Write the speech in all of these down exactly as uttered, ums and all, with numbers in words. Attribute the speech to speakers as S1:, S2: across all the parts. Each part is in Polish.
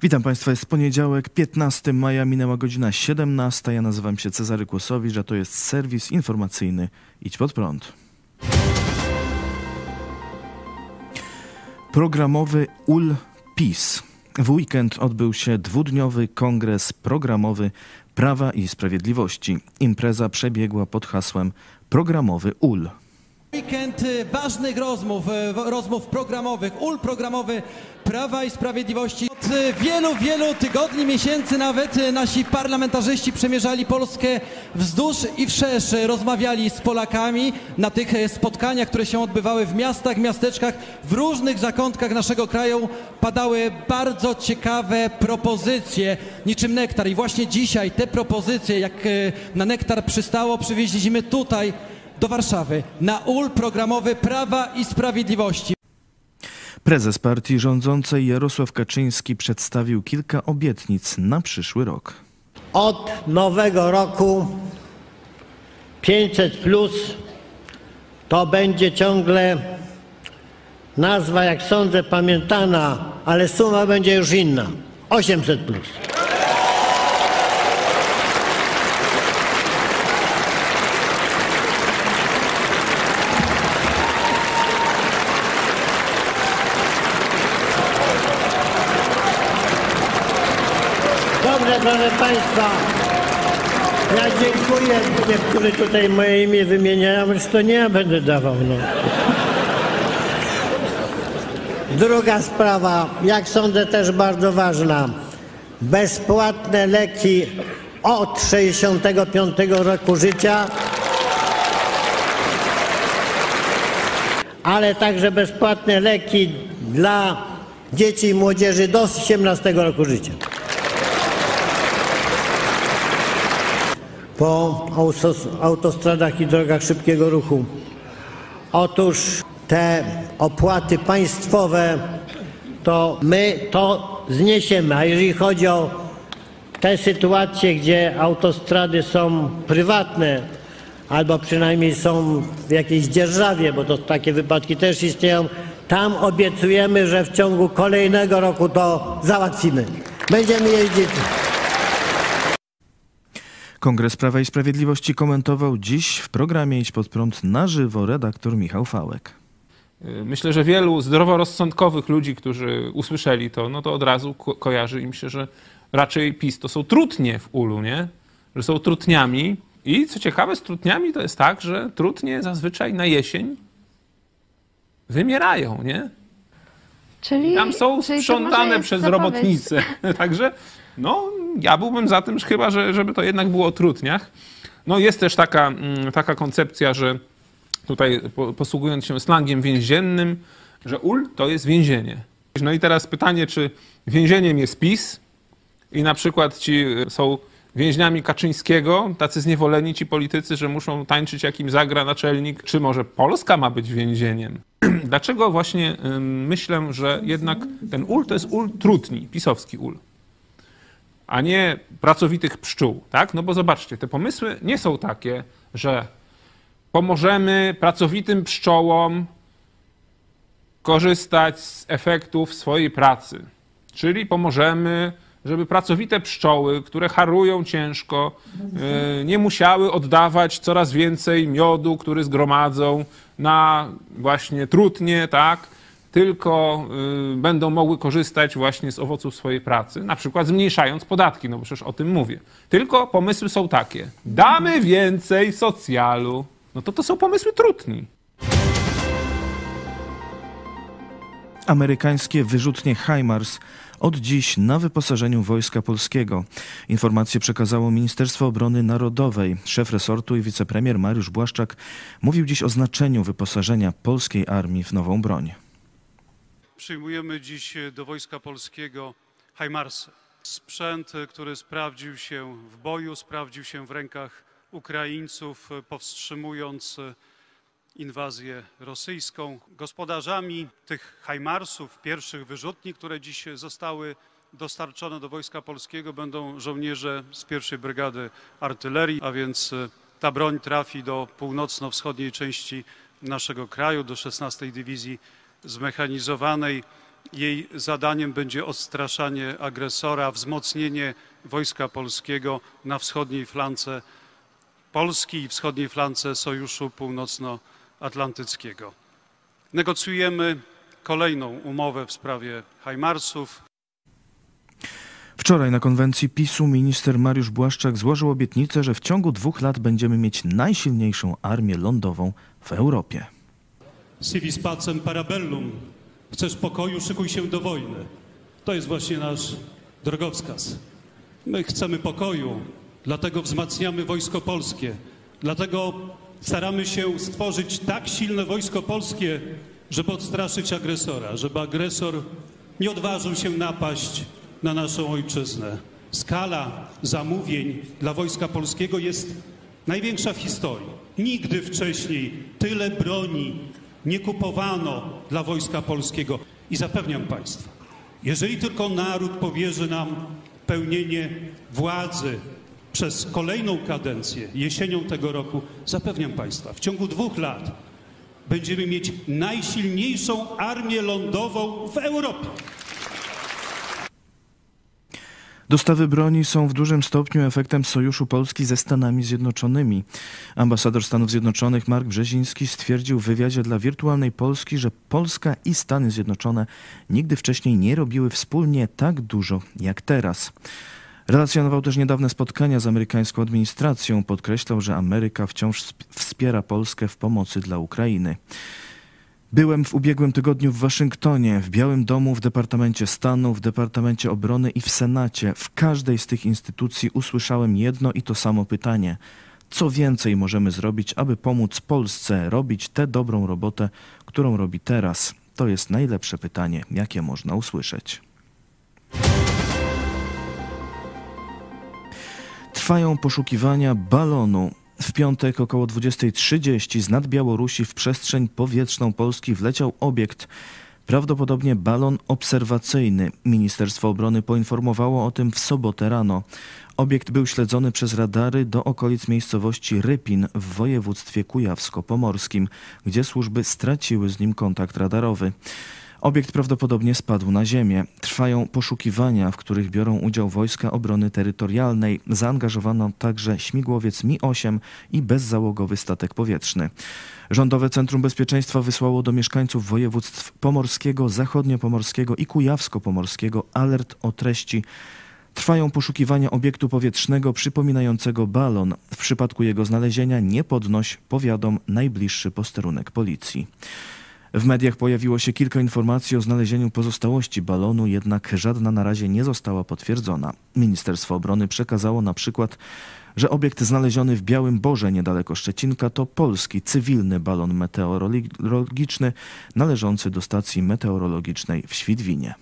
S1: Witam Państwa, jest poniedziałek, piętnastego maja, minęła godzina siedemnasta. Ja nazywam się Cezary Kłosowicz, a to jest serwis informacyjny Idź Pod Prąd. Programowy U L PiS. W weekend odbył się dwudniowy kongres programowy Prawa i Sprawiedliwości. Impreza przebiegła pod hasłem Programowy U L.
S2: Weekend ważnych rozmów, rozmów programowych, U L programowy Prawa i Sprawiedliwości. Od wielu, wielu tygodni, miesięcy nawet nasi parlamentarzyści przemierzali Polskę wzdłuż i wszerz, rozmawiali z Polakami na tych spotkaniach, które się odbywały w miastach, miasteczkach, w różnych zakątkach naszego kraju padały bardzo ciekawe propozycje, niczym nektar. I właśnie dzisiaj te propozycje, jak na nektar przystało, przywieźliśmy tutaj do Warszawy na U L programowy Prawa i Sprawiedliwości.
S1: Prezes partii rządzącej Jarosław Kaczyński przedstawił kilka obietnic na przyszły rok.
S3: Od nowego roku pięćset plus to będzie ciągle nazwa, jak sądzę, pamiętana, ale suma będzie już inna. osiemset plus. Dobrze, proszę Państwa, ja dziękuję, niektórzy tutaj moje imię wymieniają, więc to nie ja będę dawał. No. Druga sprawa, jak sądzę też bardzo ważna, bezpłatne leki od sześćdziesiątego piątego roku życia, ale także bezpłatne leki dla dzieci i młodzieży do osiemnastego roku życia. Po autostradach i drogach szybkiego ruchu. Otóż te opłaty państwowe, to my to zniesiemy, a jeżeli chodzi o te sytuacje, gdzie autostrady są prywatne, albo przynajmniej są w jakiejś dzierżawie, bo to takie wypadki też istnieją, tam obiecujemy, że w ciągu kolejnego roku to załatwimy. Będziemy jeździć.
S1: Kongres Prawa i Sprawiedliwości komentował dziś w programie Idź Pod Prąd na żywo redaktor Michał Fałek.
S4: Myślę, że wielu zdroworozsądkowych ludzi, którzy usłyszeli to, no to od razu ko- kojarzy im się, że raczej PiS to są trutnie w U L u, nie? Że są trutniami. I co ciekawe, z trutniami to jest tak, że trutnie zazwyczaj na jesień wymierają, nie?
S5: Czyli,
S4: Tam są
S5: czyli
S4: sprzątane przez
S5: zapowiedź.
S4: robotnice. Także no, ja byłbym za tym, że chyba, że, żeby to jednak było o trutniach. No jest też taka, taka koncepcja, że tutaj posługując się slangiem więziennym, że U L to jest więzienie. No i teraz pytanie, czy więzieniem jest PiS i na przykład ci są więźniami Kaczyńskiego, tacy zniewoleni ci politycy, że muszą tańczyć jak im zagra naczelnik, czy może Polska ma być więzieniem? Dlaczego właśnie myślę, że jednak ten U L to jest U L trutni, pisowski U L, a nie pracowitych pszczół, tak? No bo zobaczcie, te pomysły nie są takie, że pomożemy pracowitym pszczołom korzystać z efektów swojej pracy, czyli pomożemy, żeby pracowite pszczoły, które harują ciężko, nie musiały oddawać coraz więcej miodu, który zgromadzą na właśnie trutnie, tak? Tylko będą mogły korzystać właśnie z owoców swojej pracy, na przykład zmniejszając podatki, no bo przecież o tym mówię. Tylko pomysły są takie, damy więcej socjalu. No to to są pomysły trutni.
S1: Amerykańskie wyrzutnie HIMARS od dziś na wyposażeniu Wojska Polskiego. Informację przekazało Ministerstwo Obrony Narodowej. Szef resortu i wicepremier Mariusz Błaszczak mówił dziś o znaczeniu wyposażenia polskiej armii w nową broń.
S6: Przyjmujemy dziś do Wojska Polskiego HIMARSy. Sprzęt, który sprawdził się w boju, sprawdził się w rękach Ukraińców, powstrzymując inwazję rosyjską. Gospodarzami tych HIMARSów, pierwszych wyrzutni, które dziś zostały dostarczone do Wojska Polskiego, będą żołnierze z pierwszej Brygady Artylerii, a więc ta broń trafi do północno-wschodniej części naszego kraju, do szesnastej Dywizji Zmechanizowanej. Jej zadaniem będzie odstraszanie agresora, wzmocnienie Wojska Polskiego na wschodniej flance Polski i wschodniej flance Sojuszu Północnoatlantyckiego. Negocjujemy kolejną umowę w sprawie HIMARS-ów.
S1: Wczoraj na konwencji PiSu minister Mariusz Błaszczak złożył obietnicę, że w ciągu dwóch lat będziemy mieć najsilniejszą armię lądową w Europie.
S7: Si vis pacem parabellum. Chcesz pokoju, szykuj się do wojny. To jest właśnie nasz drogowskaz. My chcemy pokoju, dlatego wzmacniamy Wojsko Polskie. Dlatego staramy się stworzyć tak silne Wojsko Polskie, żeby odstraszyć agresora, żeby agresor nie odważył się napaść na naszą ojczyznę. Skala zamówień dla Wojska Polskiego jest największa w historii. Nigdy wcześniej tyle broni nie kupowano dla Wojska Polskiego. I zapewniam Państwa, jeżeli tylko naród powierzy nam pełnienie władzy przez kolejną kadencję, jesienią tego roku, zapewniam Państwa, w ciągu dwóch lat będziemy mieć najsilniejszą armię lądową w Europie.
S1: Dostawy broni są w dużym stopniu efektem sojuszu Polski ze Stanami Zjednoczonymi. Ambasador Stanów Zjednoczonych Mark Brzeziński stwierdził w wywiadzie dla Wirtualnej Polski, że Polska i Stany Zjednoczone nigdy wcześniej nie robiły wspólnie tak dużo jak teraz. Relacjonował też niedawne spotkania z amerykańską administracją. Podkreślał, że Ameryka wciąż wspiera Polskę w pomocy dla Ukrainy. Byłem w ubiegłym tygodniu w Waszyngtonie, w Białym Domu, w Departamencie Stanu, w Departamencie Obrony i w Senacie. W każdej z tych instytucji usłyszałem jedno i to samo pytanie. Co więcej możemy zrobić, aby pomóc Polsce robić tę dobrą robotę, którą robi teraz? To jest najlepsze pytanie, jakie można usłyszeć. Trwają poszukiwania balonu. W piątek około dwudziestej trzydzieści z nad Białorusi w przestrzeń powietrzną Polski wleciał obiekt, prawdopodobnie balon obserwacyjny. Ministerstwo Obrony poinformowało o tym w sobotę rano. Obiekt był śledzony przez radary do okolic miejscowości Rypin w województwie kujawsko-pomorskim, gdzie służby straciły z nim kontakt radarowy. Obiekt prawdopodobnie spadł na ziemię. Trwają poszukiwania, w których biorą udział Wojska Obrony Terytorialnej. Zaangażowano także śmigłowiec Mi osiem i bezzałogowy statek powietrzny. Rządowe Centrum Bezpieczeństwa wysłało do mieszkańców województw pomorskiego, zachodniopomorskiego i kujawsko-pomorskiego alert o treści: trwają poszukiwania obiektu powietrznego przypominającego balon. W przypadku jego znalezienia nie podnoś, powiadom najbliższy posterunek policji. W mediach pojawiło się kilka informacji o znalezieniu pozostałości balonu, jednak żadna na razie nie została potwierdzona. Ministerstwo Obrony przekazało na przykład, że obiekt znaleziony w Białym Borze niedaleko Szczecinka to polski cywilny balon meteorologiczny należący do stacji meteorologicznej w Świdwinie.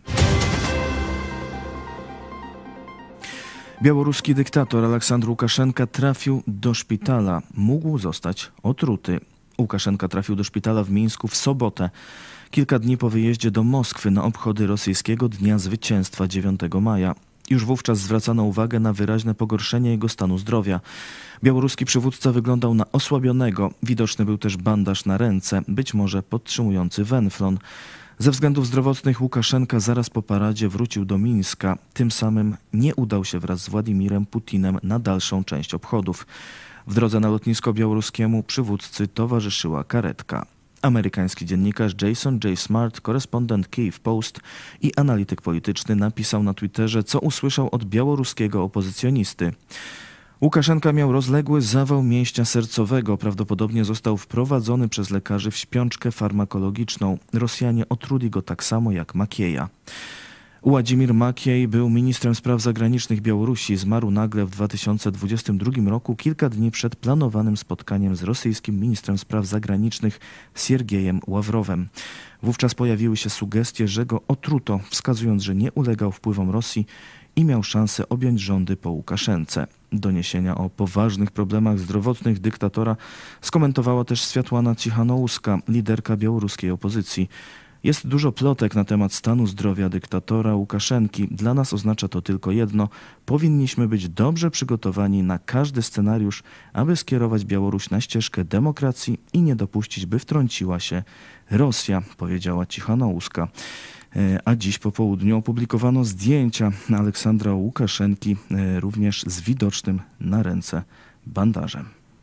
S1: Białoruski dyktator Aleksandr Łukaszenka trafił do szpitala. Mógł zostać otruty. Łukaszenka trafił do szpitala w Mińsku w sobotę, kilka dni po wyjeździe do Moskwy na obchody rosyjskiego Dnia Zwycięstwa dziewiątego maja. Już wówczas zwracano uwagę na wyraźne pogorszenie jego stanu zdrowia. Białoruski przywódca wyglądał na osłabionego. Widoczny był też bandaż na ręce, być może podtrzymujący wenflon. Ze względów zdrowotnych Łukaszenka zaraz po paradzie wrócił do Mińska. Tym samym nie udał się wraz z Władimirem Putinem na dalszą część obchodów. W drodze na lotnisko białoruskiemu przywódcy towarzyszyła karetka. Amerykański dziennikarz Jason J. Smart, korespondent Kyiv Post i analityk polityczny napisał na Twitterze, co usłyszał od białoruskiego opozycjonisty. Łukaszenka miał rozległy zawał mięśnia sercowego. Prawdopodobnie został wprowadzony przez lekarzy w śpiączkę farmakologiczną. Rosjanie otruli go tak samo jak Makieja. Władimir Makiej był ministrem spraw zagranicznych Białorusi. Zmarł nagle w dwa tysiące dwudziestym drugim roku, kilka dni przed planowanym spotkaniem z rosyjskim ministrem spraw zagranicznych Siergiejem Ławrowem. Wówczas pojawiły się sugestie, że go otruto, wskazując, że nie ulegał wpływom Rosji i miał szansę objąć rządy po Łukaszence. Doniesienia o poważnych problemach zdrowotnych dyktatora skomentowała też Światłana Cichanouska, liderka białoruskiej opozycji. Jest dużo plotek na temat stanu zdrowia dyktatora Łukaszenki. Dla nas oznacza to tylko jedno. Powinniśmy być dobrze przygotowani na każdy scenariusz, aby skierować Białoruś na ścieżkę demokracji i nie dopuścić, by wtrąciła się Rosja, powiedziała Cichanouska. A dziś po południu opublikowano zdjęcia Aleksandra Łukaszenki, również z widocznym na ręce bandażem.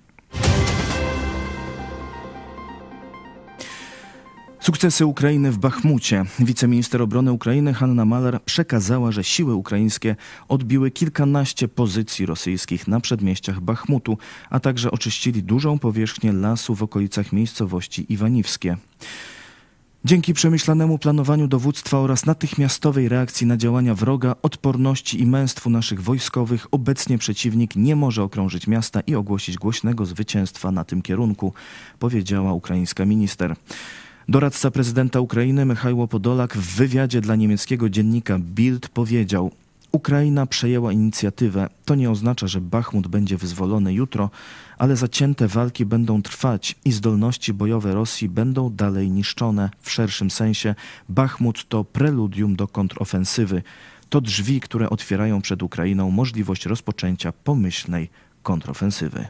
S1: Sukcesy Ukrainy w Bachmucie. Wiceminister obrony Ukrainy Hanna Maler przekazała, że siły ukraińskie odbiły kilkanaście pozycji rosyjskich na przedmieściach Bachmutu, a także oczyścili dużą powierzchnię lasu w okolicach miejscowości Iwaniwskie. Dzięki przemyślanemu planowaniu dowództwa oraz natychmiastowej reakcji na działania wroga, odporności i męstwu naszych wojskowych, obecnie przeciwnik nie może okrążyć miasta i ogłosić głośnego zwycięstwa na tym kierunku, powiedziała ukraińska minister. Doradca prezydenta Ukrainy Michajło Podolak w wywiadzie dla niemieckiego dziennika Bild powiedział: Ukraina przejęła inicjatywę. To nie oznacza, że Bachmut będzie wyzwolony jutro, ale zacięte walki będą trwać i zdolności bojowe Rosji będą dalej niszczone. W szerszym sensie Bachmut to preludium do kontrofensywy. To drzwi, które otwierają przed Ukrainą możliwość rozpoczęcia pomyślnej kontrofensywy.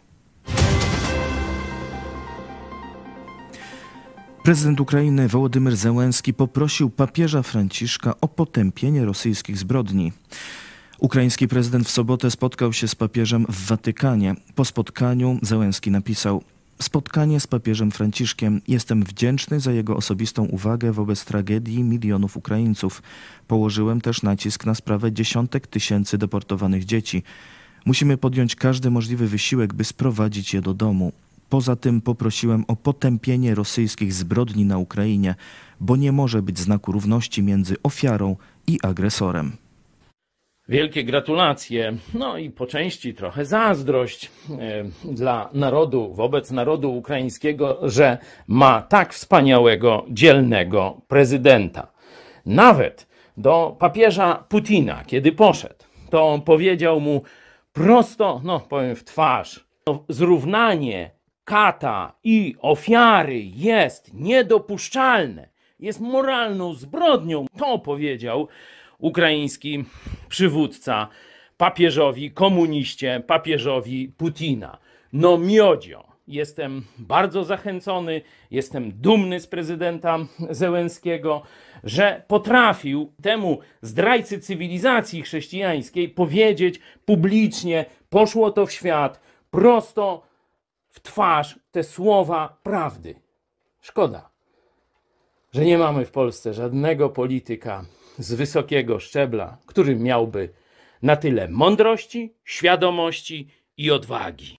S1: Prezydent Ukrainy Wołodymyr Zełenski poprosił papieża Franciszka o potępienie rosyjskich zbrodni. Ukraiński prezydent w sobotę spotkał się z papieżem w Watykanie. Po spotkaniu Zełenski napisał: Spotkanie z papieżem Franciszkiem. Jestem wdzięczny za jego osobistą uwagę wobec tragedii milionów Ukraińców. Położyłem też nacisk na sprawę dziesiątek tysięcy deportowanych dzieci. Musimy podjąć każdy możliwy wysiłek, by sprowadzić je do domu. Poza tym poprosiłem o potępienie rosyjskich zbrodni na Ukrainie, bo nie może być znaku równości między ofiarą i agresorem.
S8: Wielkie gratulacje, no i po części trochę zazdrość e, dla narodu, wobec narodu ukraińskiego, że ma tak wspaniałego, dzielnego prezydenta. Nawet do papieża Putina, kiedy poszedł, to powiedział mu prosto, no powiem w twarz, no, zrównanie kata i ofiary jest niedopuszczalne, jest moralną zbrodnią. To powiedział ukraiński przywódca papieżowi, komuniście, papieżowi Putina. No miodzio, jestem bardzo zachęcony, jestem dumny z prezydenta Zełenskiego, że potrafił temu zdrajcy cywilizacji chrześcijańskiej powiedzieć publicznie, poszło to w świat, prosto w twarz te słowa prawdy. Szkoda, że nie mamy w Polsce żadnego polityka z wysokiego szczebla, który miałby na tyle mądrości, świadomości i odwagi.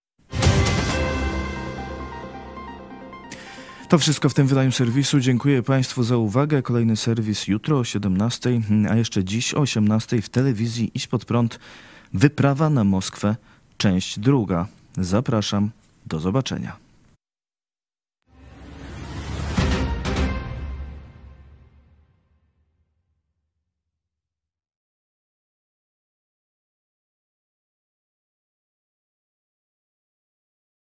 S1: To wszystko w tym wydaniu serwisu. Dziękuję Państwu za uwagę. Kolejny serwis jutro o siedemnastej, a jeszcze dziś o osiemnastej w telewizji Idź Pod Prąd. Wyprawa na Moskwę, część druga. Zapraszam. Do zobaczenia.